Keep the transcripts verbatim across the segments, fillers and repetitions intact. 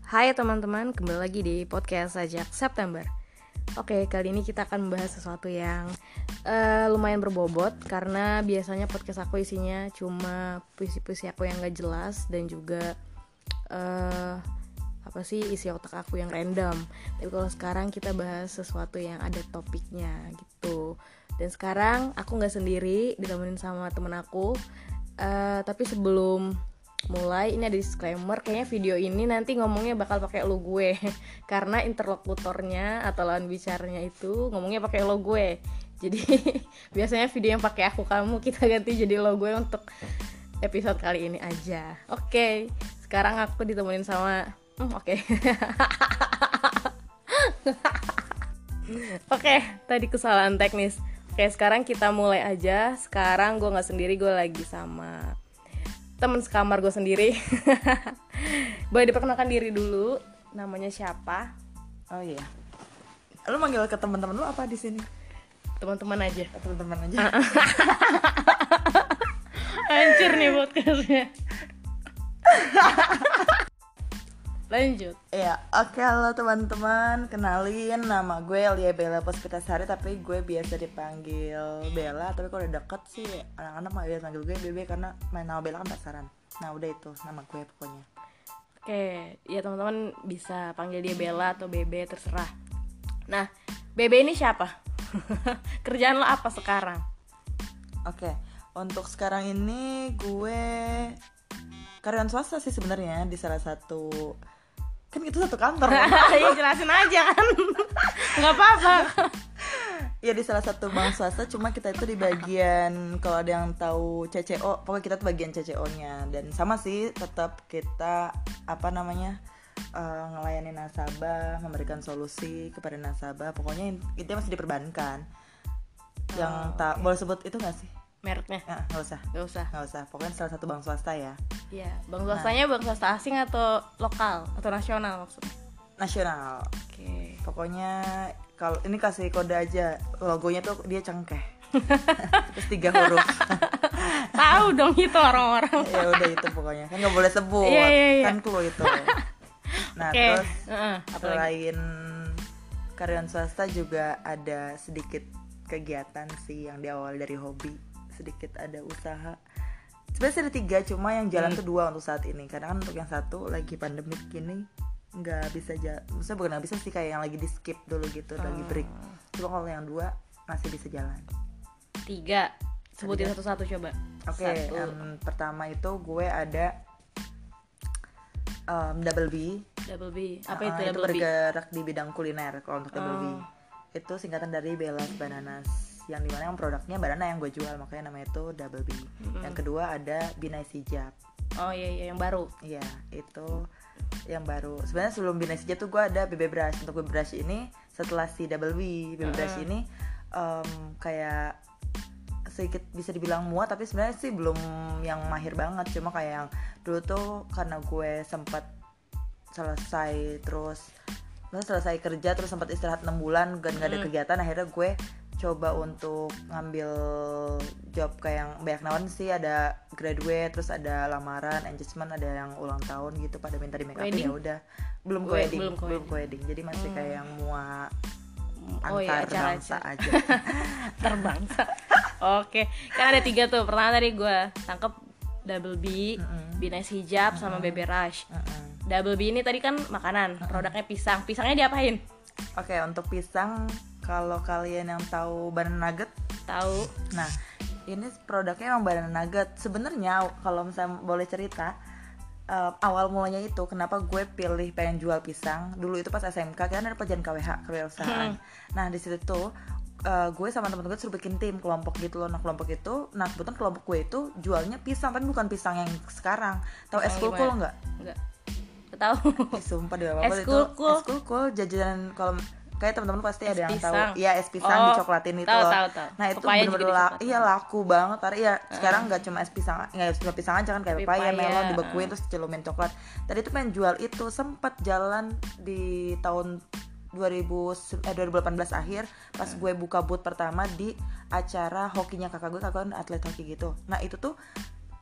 Hai teman-teman, kembali lagi di podcast Sajak September. Oke, kali ini kita akan membahas sesuatu yang uh, lumayan berbobot. Karena biasanya podcast aku isinya cuma puisi-puisi aku yang gak jelas dan juga uh, apa sih isi otak aku yang random. Tapi kalau sekarang kita bahas sesuatu yang ada topiknya gitu. Dan sekarang aku gak sendiri, ditemenin sama temen aku. uh, Tapi sebelum mulai, ini ada disclaimer, kayaknya video ini nanti ngomongnya bakal pakai lo gue karena interlokutornya atau lawan bicaranya itu ngomongnya pakai lo gue. Jadi biasanya video yang pakai aku kamu kita ganti jadi lo gue untuk episode kali ini aja. Oke, sekarang aku ditemenin sama hmm, oke. Oke, tadi kesalahan teknis. Oke, sekarang kita mulai aja. Sekarang gue nggak sendiri, gue lagi sama temen sekamar gue sendiri. Boleh diperkenalkan diri dulu, namanya siapa? Oh iya. Lu manggil ke teman-teman lu apa di sini? Teman-teman aja. Oh, teman-teman aja. Hancur nih podcastnya. Lanjut. Iya, oke, halo teman-teman. Kenalin, nama gue Lia Bella Puspitasari, tapi gue biasa dipanggil Bella. Tapi kalau udah deket sih anak-anak mah biasa manggil gue Bebe karena main nama Bella kan pasaran. Nah udah itu nama gue pokoknya. Oke, ya teman-teman bisa panggil dia Bella atau Bebe, terserah. Nah, Bebe ini siapa? Kerjaan lo apa sekarang? Oke, untuk sekarang ini gue karyawan swasta sih sebenarnya di salah satu, kan itu satu kantor. Ya jelasin aja kan. Nggak apa-apa. Ya di salah satu bank swasta, cuma kita itu di bagian, kalau ada yang tahu C C O, pokoknya kita tuh bagian C C O-nya. Dan sama sih, tetap kita apa namanya uh, ngelayani nasabah, memberikan solusi kepada nasabah. Pokoknya itu masih diperbankan. Yang Oh, tak okay. boleh sebut itu nggak sih? Mereknya? Ya, nggak usah. Nggak usah. Nggak usah. Pokoknya salah satu bank swasta ya. Iya, bank swastanya bank swasta asing atau lokal atau nasional maksudnya? Nasional. Oke. Pokoknya kalau ini kasih kode aja, logonya tuh dia cengkeh. Terus tiga huruf. Tahu dong itu orang-orang. Ya udah itu pokoknya. Kan enggak boleh sebut. Iya, iya, iya. Kan clue itu. Nah, Oke. terus Uh-uh, apa lagi? selain karyawan swasta juga ada sedikit kegiatan sih yang diawali dari hobi. Sedikit ada usaha. Sebenarnya sih ada tiga, cuma yang jalan Hmm. tuh dua untuk saat ini. Karena kan untuk yang satu lagi pandemik gini nggak bisa jalan. Maksudnya bukan nggak bisa sih, kayak yang lagi di skip dulu gitu, lagi break. Cuma kalau yang dua masih bisa jalan. Tiga. Sebutin Tiga. satu-satu coba. Oke, Satu. yang pertama itu gue ada um, Double B. Double B. Apa Uh, itu itu Double B? bergerak di bidang kuliner. Kalau untuk Double B Oh. itu singkatan dari Bella's Bananas, yang dimana yang produknya banana yang gue jual, makanya namanya itu Double B. Mm-mm. Yang kedua ada Binais Hijab. Oh iya iya yang baru. Iya, itu yang baru. Sebenarnya sebelum Binais Hijab tuh gue ada B B Brush. Untuk B B Brush ini setelah si Double B, B B Brush Uh-uh. ini um, kayak sedikit bisa dibilang muat, tapi sebenarnya sih belum yang mahir banget. Cuma kayak yang dulu tuh karena gue sempat selesai terus selesai kerja terus sempat istirahat enam bulan dan gak ada Hmm. kegiatan, akhirnya gue coba untuk ngambil job kayak yang banyak nawarin sih, ada graduate, terus ada lamaran, engagement, ada yang ulang tahun gitu pada minta di make upin. Wedding? Ya udah belum ke We- wedding, belum ke belum ke wedding. wedding, jadi masih kayak yang muat Oh iya, antar bangsa acara-acara. aja. Terbangsa. Oke, kan ada tiga tuh. Pertama tadi gue tangkep Double B, Mm-mm. Binais Hijab, sama B B Rush. Mm-mm. Double B ini tadi kan makanan, produknya pisang. Pisangnya diapain? Oke, untuk pisang, kalau kalian yang tahu banana nugget, Tahu? nah ini produknya emang banana nugget. Sebenarnya kalau misalnya boleh cerita, uh, awal mulanya itu kenapa gue pilih pengen jual pisang dulu itu pas S M K, kan ada pelajaran K W H, kewirausahaan. Nah di situ tuh uh, gue sama teman-teman gue suruh bikin tim kelompok gitu loh. Nah kelompok itu, nah kebetulan kelompok gue itu jualnya pisang, tapi bukan pisang yang sekarang. Tahu es Pisang kulkul gimana? nggak? Enggak. Tahu. Eh, sumpah di apa Es itu kulkul. es kulkul jajanan, kalau kayak teman-teman pasti Es ada yang tahu. pisang. Iya, es pisang Oh, dicoklatin itu tahu, loh. tahu, tahu. Nah, itu Pepaya juga bener-bener la- dicoklatin. iya laku banget. Karena iya sekarang nggak cuma es pisang, nggak cuma pisang aja kan, kayak Pepaya, pepaya, melon uh. dibekuin terus celumin coklat. Tadi itu pengen jual itu, sempat jalan di tahun dua ribu eh dua ribu delapan belas akhir pas gue buka booth pertama di acara hokinya kakak gue. Kakak kan atlet hoki gitu. Nah, itu tuh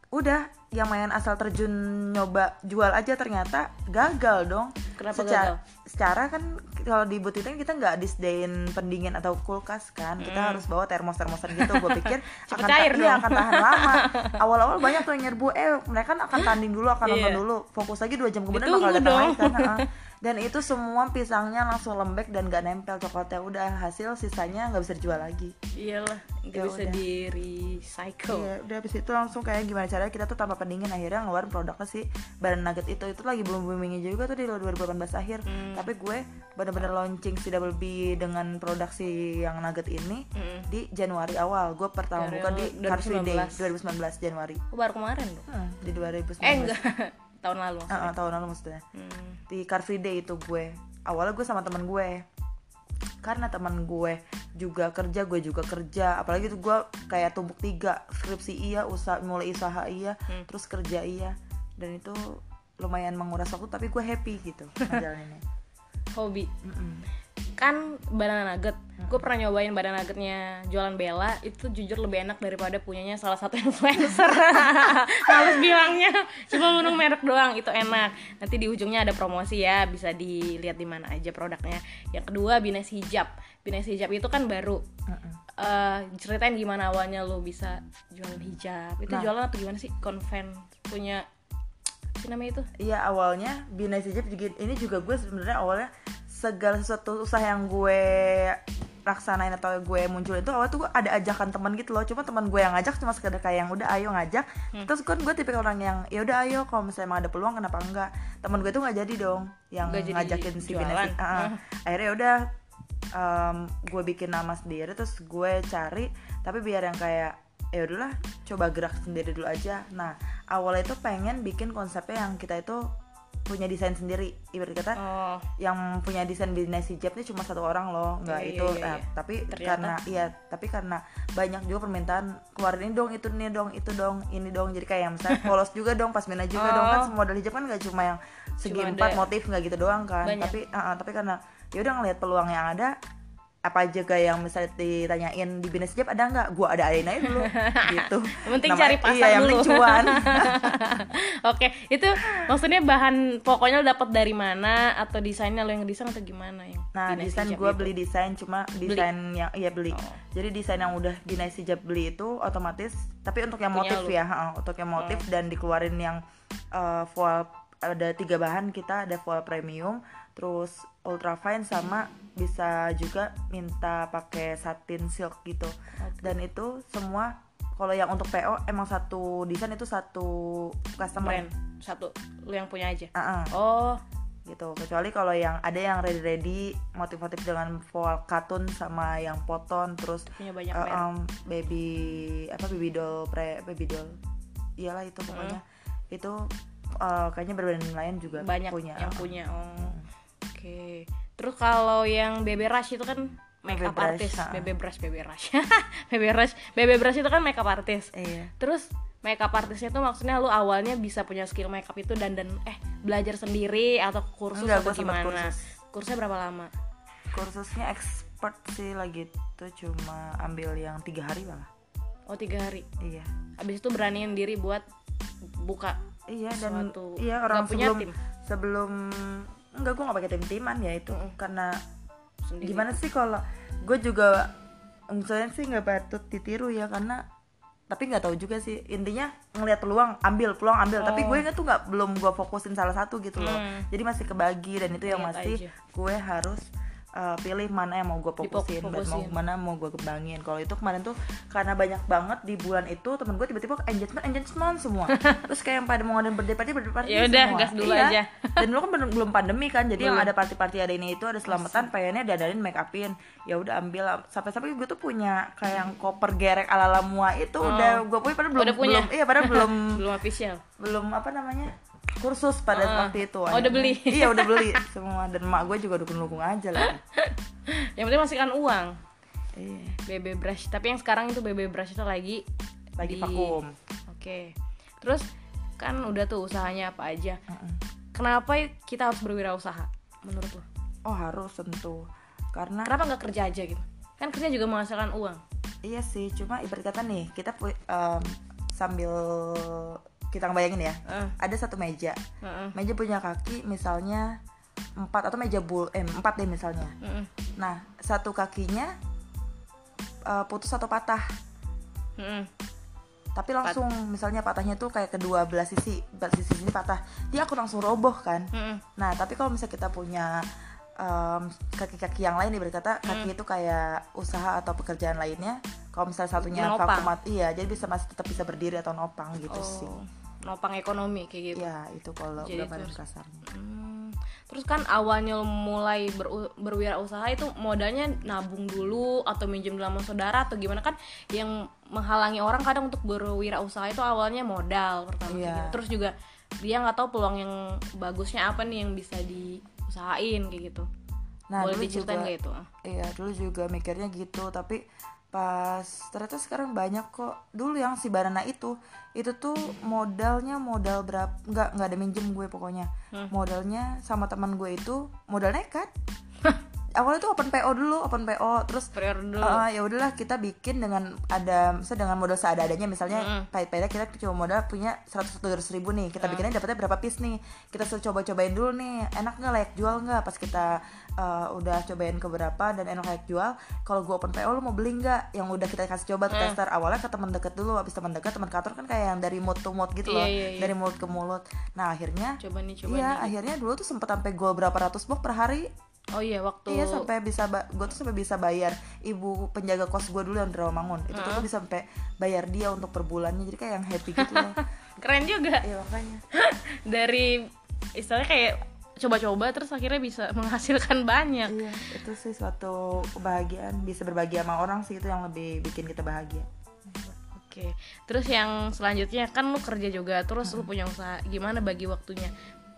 udah yang main asal terjun nyoba jual aja ternyata gagal dong. Kenapa secara, gagal? Secara kan kalau di butitan kita nggak disdain pendingin atau kulkas kan, kita Hmm. harus bawa termos-termosan gitu. Gue pikir Cepet akan cair iya, dong. akan tahan lama. Awal-awal banyak tuh yang nyerbu, eh mereka kan akan tanding dulu, akan nonton Iya. dulu, fokus lagi dua jam kemudian Ditunggu bakal datang dong. lagi kan. Heeh. Dan itu semua pisangnya langsung lembek dan gak nempel coklatnya, udah hasil sisanya nggak bisa dijual lagi. Iyalah, nggak Ya bisa udah. di recycle. Iya, udah habis itu langsung kayak gimana caranya kita tuh tanpa pendingin akhirnya ngeluarin produknya si Banana Nugget itu. Itu lagi belum boomingnya juga tuh di dua ribu delapan belas akhir. Hmm. Tapi gue bener-bener launching si Double B dengan produksi yang nugget ini Hmm. di Januari awal. Gue pertama Januari buka di awal, Car Free Day dua ribu sembilan belas. dua ribu sembilan belas Januari. Oh, baru kemarin dong. Hmm, di dua ribu sembilan belas. Eh enggak, tahun lalu maksudnya. Ah, ah, tahun lalu maksudnya. Hmm. Di Car Free Day itu gue. Awalnya gue sama teman gue. Karena teman gue juga kerja, gue juga kerja. Apalagi tuh gue kayak tumpuk tiga, skripsi iya, usaha mulai usaha iya, Hmm. terus kerja iya. Dan itu lumayan menguras waktu, tapi gue happy gitu ngejalaninnya. Hobi. Mm-mm. Kan Banana Nugget, gue pernah nyobain Banana Nuggetnya jualan Bella, itu jujur lebih enak daripada punyanya salah satu influencer. Males bilangnya, cuma ngomong merek doang, itu enak. Nanti di ujungnya ada promosi ya, bisa dilihat di mana aja produknya. Yang kedua, Bines Hijab. Bines Hijab itu kan baru. Mm-mm. Eh, ceritain gimana awalnya lo bisa jualan hijab. Itu Nah. jualan atau gimana sih? Konven punya apa sih namanya itu? Iya, awalnya Binai Hijab juga ini juga gue sebenarnya awalnya segala sesuatu usaha yang gue laksanain atau gue muncul itu awal tuh gue ada ajakan teman gitu loh. Cuma teman gue yang ngajak cuma sekedar kayak yang udah ayo ngajak. Hmm. Terus kan gue tipikal orang yang ya udah ayo kalau misalnya emang ada peluang kenapa enggak. Teman gue tuh nggak jadi dong yang Nggak jadi ngajakin si jualan. Binai. Uh, Hmm. Akhirnya udah um, gue bikin nama sendiri terus gue cari tapi biar yang kayak ya udahlah coba gerak sendiri dulu aja. Nah awalnya itu pengen bikin konsepnya yang kita itu punya desain sendiri, ibarat kata Oh, yang punya desain Binai Hijab ini cuma satu orang loh, nggak Iya, itu iya, iya, nah, iya. tapi Ternyata. karena iya tapi karena banyak juga permintaan keluarin ini dong, itu nih dong, itu dong, ini dong, jadi kayak yang misalnya polos juga dong, pasmina juga Oh. dong, kan model hijab kan nggak cuma yang segi Cuma empat ada motif nggak gitu doang kan, banyak. tapi uh, uh, tapi karena ya udah ngelihat peluang yang ada apa aja kayak yang misalnya ditanyain di Binai Hijab ada nggak, gua ada adain aja dulu gitu. Yang penting Namanya- cari pasar iya, yang dulu. penting cuan. Oke, itu maksudnya bahan pokoknya lo dapet dari mana atau desainnya lo yang desain atau gimana yang Nah Binai desain Hijab gue itu? beli desain cuma desain yang iya beli. Oh. Jadi desain yang udah Binai Hijab beli itu otomatis. Tapi untuk yang Punya motif lu. ya, ha, untuk yang motif dan dikeluarin yang uh, voile ada tiga bahan kita ada voile premium, terus ultra fine sama bisa juga minta pakai satin silk gitu. Oke. Dan itu semua kalau yang untuk P O emang satu desain itu satu customer. Brand satu lo yang punya aja. Ah, ah. Oh, Gitu, kecuali kalau yang ada yang ready ready motif-motif dengan voile katun sama yang poton terus punya banyak uh, merek. um, baby apa baby doll pre baby doll iyalah itu pokoknya itu uh, kayaknya brand lain juga Banyak punya yang punya. Oh, oke. Terus kalau yang Bebe Rush itu kan makeup Bebe Brush, artist, ha. Bebe Brush, Bebe Rush, Bebe Rush, Bebe Brush itu kan makeup artist. iya Terus makeup artisnya tuh maksudnya lu awalnya bisa punya skill makeup itu dan dan eh belajar sendiri atau kursus Enggak, atau gua sempet gimana? kursus. Kursnya berapa lama? kursusnya expert sih lagi tuh cuma ambil yang tiga hari malah Oh, tiga hari. iya Abis itu beraniin diri buat buka. iya dan Suatu- iya orang nggak punya sebelum tim? sebelum enggak gue nggak pakai tim timan ya itu Mm-mm. karena Sendiri. gimana sih kalau gue juga misalnya sih nggak patut ditiru ya karena tapi nggak tahu juga sih intinya ngelihat peluang ambil peluang ambil tapi Oh. gue nggak tuh nggak belum gue fokusin salah satu gitu loh Hmm. jadi masih kebagi dan itu yang Lihat masih aja. gue harus uh, pilih mana yang mau gue fokusin dan mau Difokusin. mana mau gue kembangin. Kalau itu kemarin tuh karena banyak banget di bulan itu temen gue tiba-tiba engagement engagement semua terus kayak yang pada mau ngadain birthday party birthday party Ya udah, semua. gas dulu Iya. aja. Dan dulu kan belum belum pandemi kan jadi yang Belum. ada party-party ada ini itu ada selamatan pengennya diadain make upin ya udah ambil sampai-sampai gue tuh punya kayak yang koper gerek ala ala mua itu Oh. udah gue punya padahal belum Udah punya? belum iya padahal belum Belum official. belum apa namanya kursus pada Ah, waktu itu oh, udah beli. iya udah beli semua dan emak gue juga dukung-dukung aja lah Yang penting masukkan uang. iya Bebe Brush. Tapi yang sekarang itu Bebe Brush itu lagi lagi di- vakum. Oke. Terus kan udah tuh usahanya apa aja. Mm-mm. Kenapa kita harus berwirausaha menurut lo? Oh harus tentu karena Kenapa nggak kerja aja gitu? Kan kerja juga menghasilkan uang. iya sih cuma ibarat kata nih kita pu- em, sambil kita ngebayangin ya, Uh. ada satu meja, Uh-uh. meja punya kaki misalnya empat atau meja bul, eh empat deh misalnya. Uh-uh. Nah satu kakinya uh, putus atau patah, Uh-uh. tapi langsung Pat- misalnya patahnya tuh kayak kedua belah sisi, sisi sini patah, dia aku langsung roboh kan. Uh-uh. Nah tapi kalau misalnya kita punya um, kaki-kaki yang lain, nih berkata kaki itu kayak usaha atau pekerjaan lainnya. Kalau misalnya satunya Menopang. vakumat, iya, jadi bisa masih tetap bisa berdiri atau nopang gitu Oh, sih. nopang ekonomi kayak gitu. Ya itu kalau Jadi gambaran terus- kasarnya. Hmm. Terus kan awalnya lo mulai ber, berwirausaha itu modalnya nabung dulu atau minjem dulu sama saudara atau gimana, kan yang menghalangi orang kadang untuk berwirausaha itu awalnya modal pertama kayak Iya. gitu. Terus juga dia nggak tahu peluang yang bagusnya apa nih yang bisa diusahain kayak gitu. Nah Boleh dulu diceritain juga, kayak itu? iya dulu juga mikirnya gitu, tapi pas ternyata sekarang banyak kok. Dulu yang si Banana itu itu tuh modalnya modal berapa, nggak nggak ada minjem gue pokoknya. Hmm. Modalnya sama teman gue itu modal nekat. Awalnya tuh open P O dulu, open P O terus Prior dulu. Uh, ya udahlah kita bikin dengan ada, misalnya dengan modal seadanya, misalnya Mm-hmm. pahit-pahitnya kita cuma modal punya seratus dua ratus ribu nih, kita Mm. bikinnya dapatnya berapa piece nih, kita suruh coba-cobain dulu nih, enak nggak, layak jual nggak. Pas kita uh, udah cobain ke berapa dan enak layak jual, kalau gue open P O lu mau beli nggak, yang udah kita kasih coba ke Mm. tester. Awalnya ke teman deket dulu, habis teman deket, teman kantor kan kayak yang dari mood to mood gitu Iya, loh, iya, iya. dari mulut ke mulut. Nah akhirnya Coba nih, coba iya nih. akhirnya dulu tuh sempet sampai gue berapa ratus box per hari. Oh iya, waktu Iya sampai bisa ba- gue tuh sampai bisa bayar ibu penjaga kos gue dulu yang di Rawamangun. Itu tuh gue bisa sampai bayar dia untuk per bulannya. Jadi kayak yang happy gitu loh. keren juga. Iya makanya. Dari istilahnya kayak coba-coba terus akhirnya bisa menghasilkan banyak. Iya itu sih suatu kebahagiaan, bisa berbagi sama orang sih, itu yang lebih bikin kita bahagia. Oke. Terus yang selanjutnya kan lu kerja juga, terus lu punya usaha. Gimana bagi waktunya?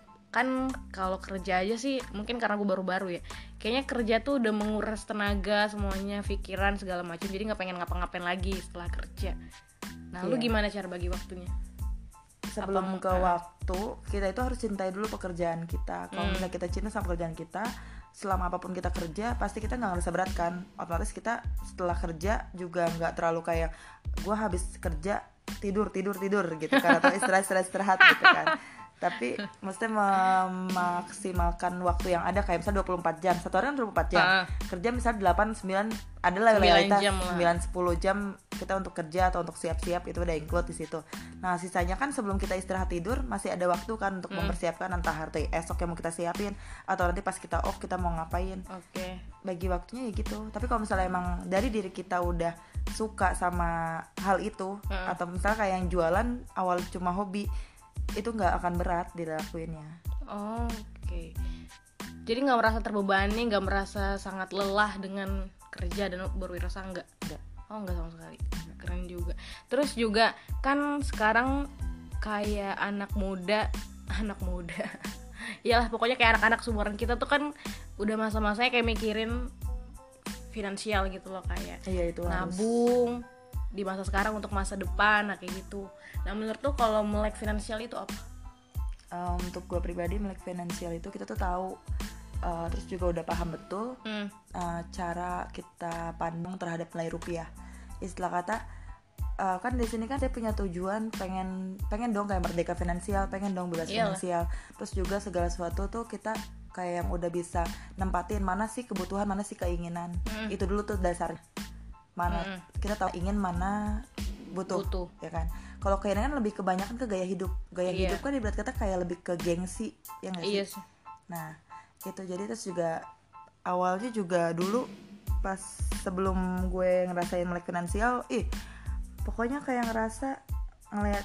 Kan kalau kerja aja sih mungkin karena gue baru-baru ya, kayaknya kerja tuh udah menguras tenaga semuanya, pikiran segala macam, jadi nggak pengen ngapa-ngapain lagi setelah kerja. Nah lu Iya. gimana cara bagi waktunya? Sebelum Apa- ke waktu, kita itu harus cintai dulu pekerjaan kita. Kalau Hmm. misalnya kita cinta sama pekerjaan kita, selama apapun kita kerja, pasti kita nggak ngerasa berat kan. Otomatis kita setelah kerja juga nggak terlalu kayak gue habis kerja tidur tidur tidur gitu kan, atau istirahat istirahat istirahat gitu kan. Tapi maksudnya memaksimalkan waktu yang ada, kayak misalnya dua puluh empat jam, satu hari kan dua puluh empat jam. Ah. Kerja misalnya delapan sembilan, adalah sembilan realitas jam lah. sembilan sepuluh jam kita untuk kerja atau untuk siap-siap, itu udah include di situ. Nah, sisanya kan sebelum kita istirahat tidur masih ada waktu kan untuk Hmm. mempersiapkan entah hari esok yang mau kita siapin atau nanti pas kita off kita mau ngapain. Oke. Bagi waktunya ya gitu. Tapi kalau misalnya emang dari diri kita udah suka sama hal itu, Hmm. atau misalnya kayak yang jualan awal cuma hobi, itu nggak akan berat dilakuinnya. Oh, oke. Jadi nggak merasa terbebani, nggak merasa sangat lelah dengan kerja dan berwirausaha, nggak? Nggak. Oh, nggak sama sekali. Keren juga. Terus juga kan sekarang kayak anak muda, anak muda. Iyalah pokoknya kayak anak-anak seumuran kita tuh kan udah masa-masanya kayak mikirin finansial gitu loh, kayak Iya itu harus. nabung di masa sekarang untuk masa depan, nah kayak gitu. Nah menurut tuh kalau melek finansial itu apa? Uh, untuk gue pribadi melek finansial itu kita tuh tahu, uh, terus juga udah paham betul Hmm. uh, cara kita pandang terhadap nilai rupiah. Istilah kata uh, kan di sini kan saya punya tujuan pengen pengen dong kayak merdeka finansial, pengen dong bebas Iyalah. finansial. Terus juga segala sesuatu tuh kita kayak yang udah bisa nempatin mana sih kebutuhan, mana sih keinginan. Mm. Itu dulu tuh dasarnya. Mana Mm-mm. kita tahu ingin, mana butuh, Butuh. ya kan. Kalau keinginan kan lebih kebanyakan ke gaya hidup. Gaya Iya. hidup kan ibarat kata kayak lebih ke gengsi, ya nggak sih? Iya sih. Nah, itu jadi terus juga awalnya juga dulu pas sebelum gue ngerasain melek finansial, ih pokoknya kayak ngerasa ngeliat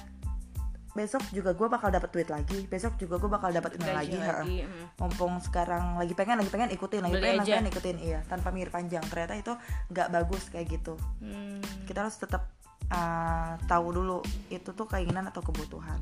besok juga gue bakal dapat duit lagi, besok juga gue bakal dapat ini Gaji lagi, lagi, heeh. mm. Mumpung sekarang lagi pengen lagi pengen ikutin, lagi Beli pengen lagi aja. pengen ikutin, iya, tanpa mikir panjang. Ternyata itu nggak bagus kayak gitu. Hmm. Kita harus tetap uh, tahu dulu itu tuh keinginan atau kebutuhan.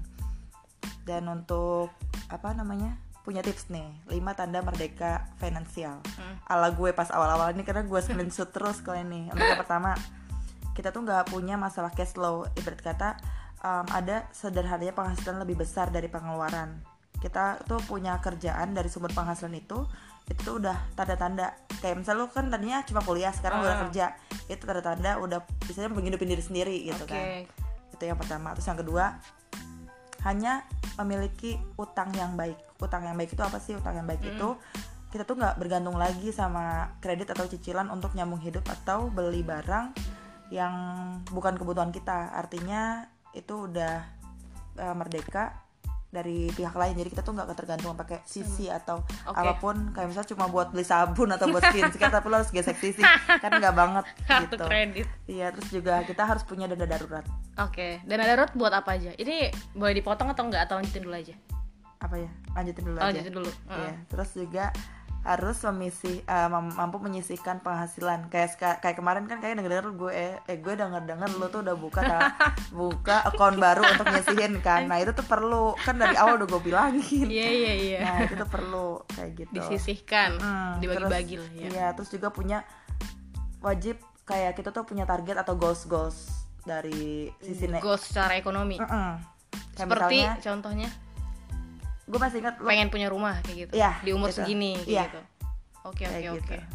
Dan untuk apa namanya, punya tips nih, lima tanda merdeka finansial. Hmm. Ala gue pas awal-awal ini karena gue screenshot terus kalau ini. Untuk yang pertama, kita tuh nggak punya masalah cash flow. Ibarat kata um, ada sederhananya penghasilan lebih besar dari pengeluaran. Kita tuh punya kerjaan dari sumber penghasilan itu, itu tuh udah tanda-tanda. Kayak misalnya lu kan tadinya cuma kuliah, sekarang Ah. udah kerja. Itu tanda-tanda udah misalnya menghidupin diri sendiri gitu Oke. kan. Itu Itu yang pertama. Terus yang kedua, hanya memiliki utang yang baik. Utang yang baik itu apa sih? Utang yang baik mm. itu kita tuh nggak bergantung lagi sama kredit atau cicilan untuk nyambung hidup atau beli barang yang bukan kebutuhan kita. Artinya itu udah uh, merdeka dari pihak lain, jadi kita tuh nggak ketergantungan pakai sisi atau okay. apapun, kayak misalnya cuma buat beli sabun atau buat skincare tapi lo harus gesek sisi, kan nggak banget kartu gitu. Kredit. Iya, terus juga kita harus punya dana darurat. Oke, okay. Dana darurat buat apa aja? Ini boleh dipotong atau enggak, atau lanjutin dulu aja? Apa ya? Lanjutin dulu oh, aja. Lanjutin dulu. Uh-huh. Iya, terus juga harus memisi uh, mampu menyisihkan penghasilan. Kayak kayak kemarin kan kayak denger-denger gue eh, eh gue denger-denger lo tuh udah buka ta, buka akun baru untuk nyisihin kan. Nah, itu tuh perlu, kan dari awal udah gue bilangin. Iya iya iya. Nah, itu tuh perlu kayak gitu. Disisihkan, hmm, dibagi-bagi lah ya. Iya, terus juga punya wajib kayak kita tuh punya target atau goals-goals dari sisi ne- goals secara ekonomi. Mm-mm. Seperti misalnya, contohnya gue masih ingat pengen punya rumah kayak gitu ya, di umur gitu. segini kayak ya. gitu. Oke oke gitu. oke.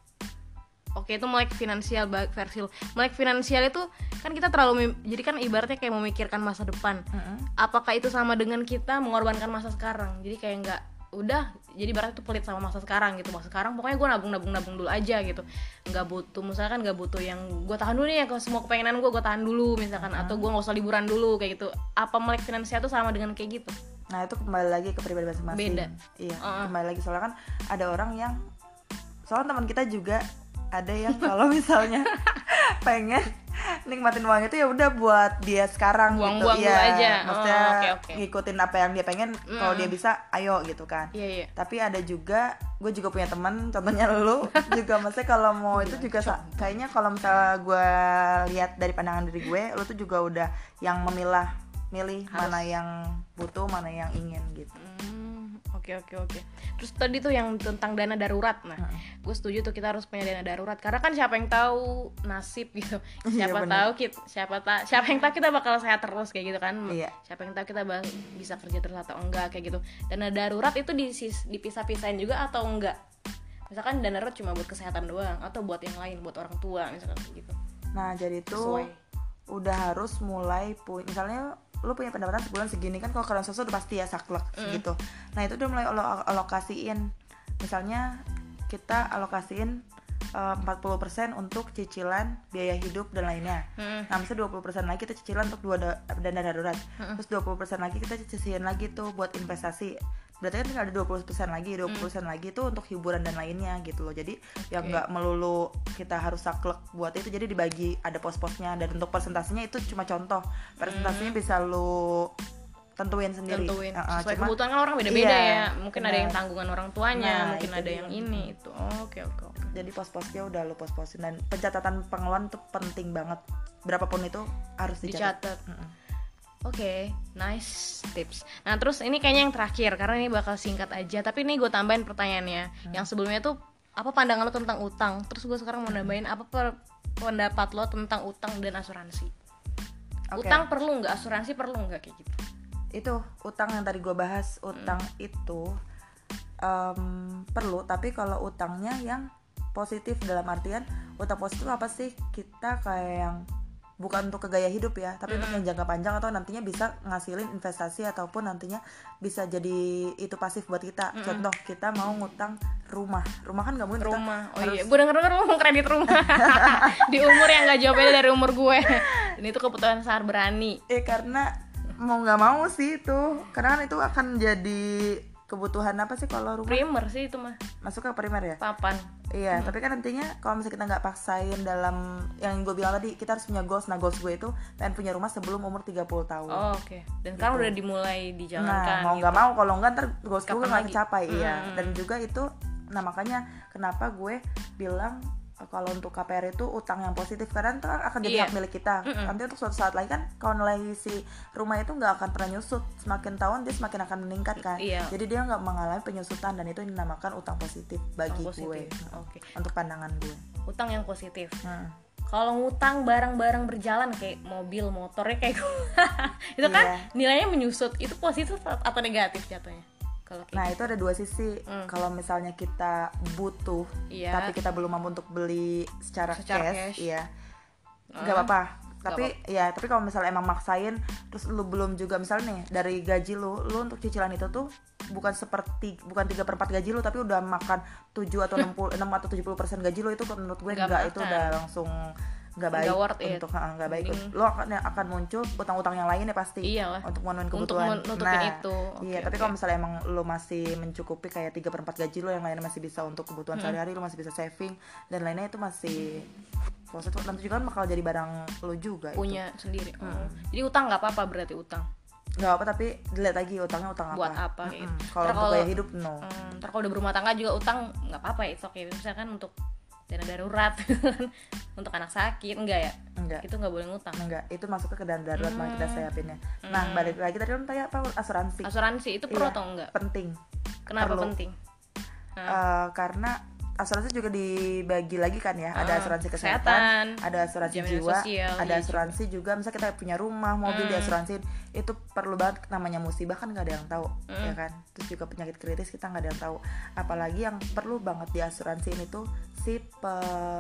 Oke, itu melek finansial versi melek finansial itu kan kita terlalu jadi kan ibaratnya kayak memikirkan masa depan. Mm-hmm. Apakah itu sama dengan kita mengorbankan masa sekarang? Jadi kayak nggak udah jadi ibaratnya tuh pelit sama masa sekarang gitu. Masa sekarang pokoknya gue nabung nabung nabung dulu aja gitu. Nggak butuh misalkan nggak butuh yang gue tahan dulu nih ya, kalau semua kepengenan gue gue tahan dulu misalkan, mm-hmm. atau gue nggak usah liburan dulu kayak gitu. Apa melek finansial itu sama dengan kayak gitu? Nah, itu kembali lagi ke pribadi masing-masing. Beda. Iya, uh-uh. kembali lagi soalnya kan ada orang yang soalnya teman kita juga ada yang kalau misalnya pengen nikmatin uang itu ya udah buat dia sekarang buang-buang gitu. Buang ya, aja. Maksudnya oh, okay, okay. ngikutin apa yang dia pengen, mm. kalau dia bisa ayo gitu kan. Iya, iya. Tapi ada juga, gue juga punya teman, contohnya lu juga maksudnya kalau mau itu juga sa- kayaknya kalau misalnya gue lihat dari pandangan diri gue, lu tuh juga udah yang memilah milih harus. Mana yang butuh, mana yang ingin gitu. Hmm, oke oke oke. Terus tadi tuh yang tentang dana darurat, nah, hmm. gue setuju tuh kita harus punya dana darurat karena kan siapa yang tahu nasib gitu, siapa iya, tahu kita, siapa tahu siapa yang tahu kita bakal sehat terus kayak gitu kan, iya. Siapa yang tahu kita bak- bisa kerja terus atau enggak kayak gitu. Dana darurat itu disis- dipisah-pisahin juga atau enggak? Misalkan dana darurat cuma buat kesehatan doang atau buat yang lain, buat orang tua misalkan gitu. Nah jadi tuh Sesuai. Udah harus mulai punya, misalnya lu punya pendapatan sebulan segini kan, kalau kalian sesuatu udah pasti ya saklek mm. segitu. Nah itu udah mulai lo alokasiin, misalnya kita alokasiin uh, empat puluh persen untuk cicilan biaya hidup dan lainnya. mm. Nah misalnya dua puluh persen lagi kita cicilan untuk dua da- dana darurat. mm. Terus dua puluh persen lagi kita cicilan lagi tuh buat investasi. Berarti kan tinggal ada dua puluh persen lagi, dua puluh persen mm. lagi tuh untuk hiburan dan lainnya gitu loh. Jadi okay. yang gak melulu kita harus saklek buat itu, jadi dibagi, ada pos-posnya. Dan untuk persentasenya itu cuma contoh, persentasenya mm. bisa lu tentuin sendiri. Tentuin, uh, sesuai cuma, kebutuhan kan orang beda-beda iya, ya. Mungkin benar. Ada yang tanggungan orang tuanya, nah, mungkin ada yang dia. ini itu. Oh, oke oke oke. Jadi pos-posnya udah lu pos-posin, dan pencatatan pengeluaran itu penting banget. Berapapun itu harus dicatat. Dicatat. Oke, okay, nice tips. Nah terus ini kayaknya yang terakhir, karena ini bakal singkat aja. Tapi ini gue tambahin pertanyaannya. hmm. Yang sebelumnya tuh, apa pandangan lo tentang utang? Terus gue sekarang mau nambahin, apa per- pendapat lo tentang utang dan asuransi? Okay. Utang perlu nggak? Asuransi perlu nggak kayak gitu? Itu, utang yang tadi gue bahas. Utang hmm. itu um, perlu, tapi kalau utangnya yang positif, dalam artian utang positif apa sih? Kita kayak yang bukan untuk ke gaya hidup ya, tapi mm. untuk yang jangka panjang atau nantinya bisa ngasilin investasi ataupun nantinya bisa jadi itu pasif buat kita. Mm. Contoh kita mau ngutang rumah, rumah kan nggak mungkin rumah. Kita oh harus... iya, gue denger denger lo mau kredit rumah di umur yang nggak jauh beda dari umur gue. Dan itu kebutuhan sangat berani. Eh karena mau nggak mau sih itu, karena kan itu akan jadi kebutuhan apa sih kalau rumah? Primer sih itu mah. Masuk ke primer ya? Papan. Iya, hmm. tapi kan nantinya kalau misalnya kita nggak paksain dalam yang gue bilang tadi, kita harus punya goals. Nah goals gue itu pengen punya rumah sebelum umur tiga puluh tahun. Oh, oke. Okay. Dan gitu. Sekarang udah dimulai dijalankan. Nah mau nggak gitu. mau, kalau nggak ntar goals gue nggak kecapai. Hmm. Iya. Dan juga itu, nah makanya kenapa gue bilang kalau untuk K P R itu utang yang positif, karena itu akan jadi yeah. hak milik kita. Mm-mm. Nanti untuk suatu saat lagi kan kalau nilai si rumah itu nggak akan pernah nyusut, semakin tahun dia semakin akan meningkat kan. Yeah. Jadi dia nggak mengalami penyusutan, dan itu dinamakan utang positif bagi utang positif. gue. Okay. Untuk pandangan gue. Utang yang positif. Hmm. Kalau ngutang barang-barang berjalan kayak mobil, motornya kayak itu kan yeah. nilainya menyusut, itu positif atau negatif jatuhnya? Nah itu ada dua sisi. mm. Kalau misalnya kita butuh, yeah. tapi kita belum mampu untuk beli secara, secara cash, cash. iya, uh. nggak apa-apa. Tapi ya, tapi kalau misalnya emang maksain terus lu belum juga misalnya nih dari gaji lu, lu untuk cicilan itu tuh bukan seperti bukan tiga per empat gaji lu tapi udah makan tujuh atau enam puluh enam atau tujuh puluh persen gaji lu, itu menurut gue Nggak enggak, makan. itu udah langsung nggak baik worth it. untuk ha, nggak baik. Mending- Lo akan akan muncul utang-utang yang lain ya pasti. Iyalah. Untuk memenuhi Untuk kebutuhan. men- nutupin nah, itu. Oke, iya, tapi oke. kalau misalnya emang lo masih mencukupi kayak tiga per empat gaji lo, yang lainnya masih bisa untuk kebutuhan sehari-hari, lo masih bisa saving dan lainnya itu masih proses itu nanti juga kan bakal jadi barang lo juga punya itu. sendiri. Oh. Jadi utang nggak apa-apa berarti utang. Nggak apa, tapi dilihat lagi utangnya utang Buat apa. apa, gitu. Mm-mm. Kalau Ntar untuk kalau- gaya hidup no. Hmm, ntar kalau udah berumah tangga juga utang nggak apa-apa ya, oke. Misalkan untuk dana darurat, untuk anak sakit, enggak ya? Enggak. Itu nggak boleh ngutang. Enggak, itu masuk ke dana darurat Hmm. malah kita siapinnya. Nah, balik lagi tadi lo tanya apa, asuransi. Asuransi itu perlu Iya, atau enggak? penting. Kenapa perlu. penting? Eh, karena asuransi juga dibagi lagi kan ya, ada Ah, asuransi kesehatan, kesehatan, ada asuransi jaminan jiwa, sosial, ada iya asuransi juga. Misalnya kita punya rumah, mobil diasuransiin, itu perlu banget. Namanya musibah kan nggak ada yang tahu, ya kan. Terus juga penyakit kritis kita nggak ada yang tahu. Apalagi yang perlu banget diasuransiin itu si pe,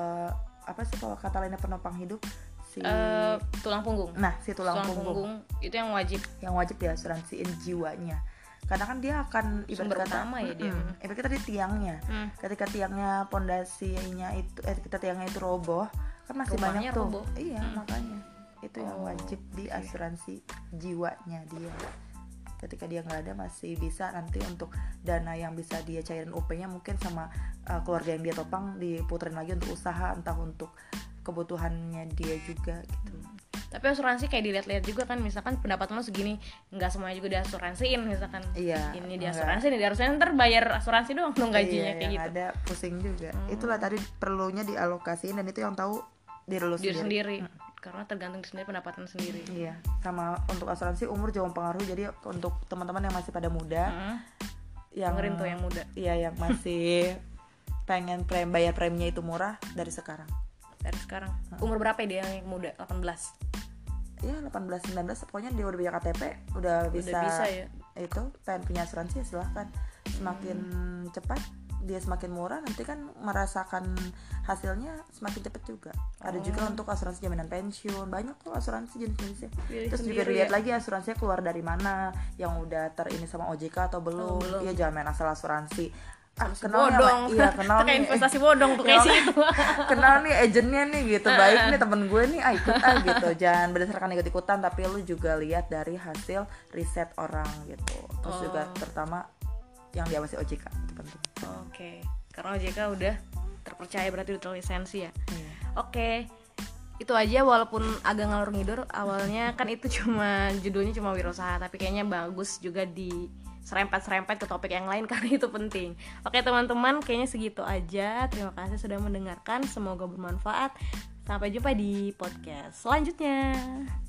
apa sih kalau kata lainnya, penopang hidup, si Eh, tulang punggung. nah si tulang, punggung itu yang wajib. yang wajib diasuransiin jiwanya, karena kan dia akan ibarat Sumber kata utama ya dia. mm-mm, ibarat kata di tiangnya. Hmm. Ketika tiangnya pondasinya itu eh ketika tiangnya itu roboh kan masih Rumahnya banyak tuh roboh. iya makanya itu yang Oh, wajib di asuransi jiwanya dia. Ketika dia nggak ada masih bisa nanti untuk dana yang bisa dia cairin U P-nya mungkin sama uh, keluarga yang dia topang diputerin lagi untuk usaha, entah untuk kebutuhannya dia juga gitu. Tapi asuransi kayak dilihat-lihat juga kan, misalkan pendapat lo segini, nggak semuanya juga diasuransiin, misalkan Iya, ini enggak. diasuransi, ini diasuransi, ntar bayar asuransi doang dong gajinya, Iya, kayak yang gitu. ada pusing juga. Itulah tadi perlunya dialokasiin, dan itu yang tahu diri lu Diri sendiri. sendiri, karena tergantung diri sendiri, pendapatan sendiri. Iya, sama untuk asuransi umur juga mempengaruhi. Jadi untuk teman-teman yang masih pada muda, Hmm. yang Dengerin tuh yang muda. iya yang masih pengen prem bayar preminya itu murah dari sekarang. Dari sekarang. Umur berapa ya dia yang muda? delapan belas. Iya, delapan belas sembilan belas pokoknya dia udah punya K T P, udah bisa, bisa ya? itu pengen punya asuransi ya silahkan. Semakin cepat dia semakin murah, nanti kan merasakan hasilnya semakin cepat juga. Ada juga untuk asuransi jaminan pensiun, banyak tuh asuransi jenis-jenisnya. Pilih Terus juga sendiri dilihat ya? lagi asuransinya keluar dari mana, yang udah ter ini sama O J K atau belum. belum. Iya, jangan main asal asuransi. Ah, Asuransi kenal nih sama- bodong. iya kenal Itu kayak nih investasi bodong tuh kayak Kenal- situ. kenal nih agennya nih gitu, baik nih temen gue nih, ah ikut ah gitu. Jangan berdasarkan ikut-ikutan, tapi lu juga lihat dari hasil riset orang gitu. Terus Oh. juga terutama yang diawasi O J K itu penting. Oke, karena O J K udah terpercaya, berarti udah terlisensi ya. Iya. Oke, itu aja, walaupun agak ngalur ngidur awalnya kan itu cuma judulnya cuma wirausaha, tapi kayaknya bagus juga di serempet-serempet ke topik yang lain karena itu penting. Oke teman-teman, kayaknya segitu aja. Terima kasih sudah mendengarkan, semoga bermanfaat. Sampai jumpa di podcast selanjutnya.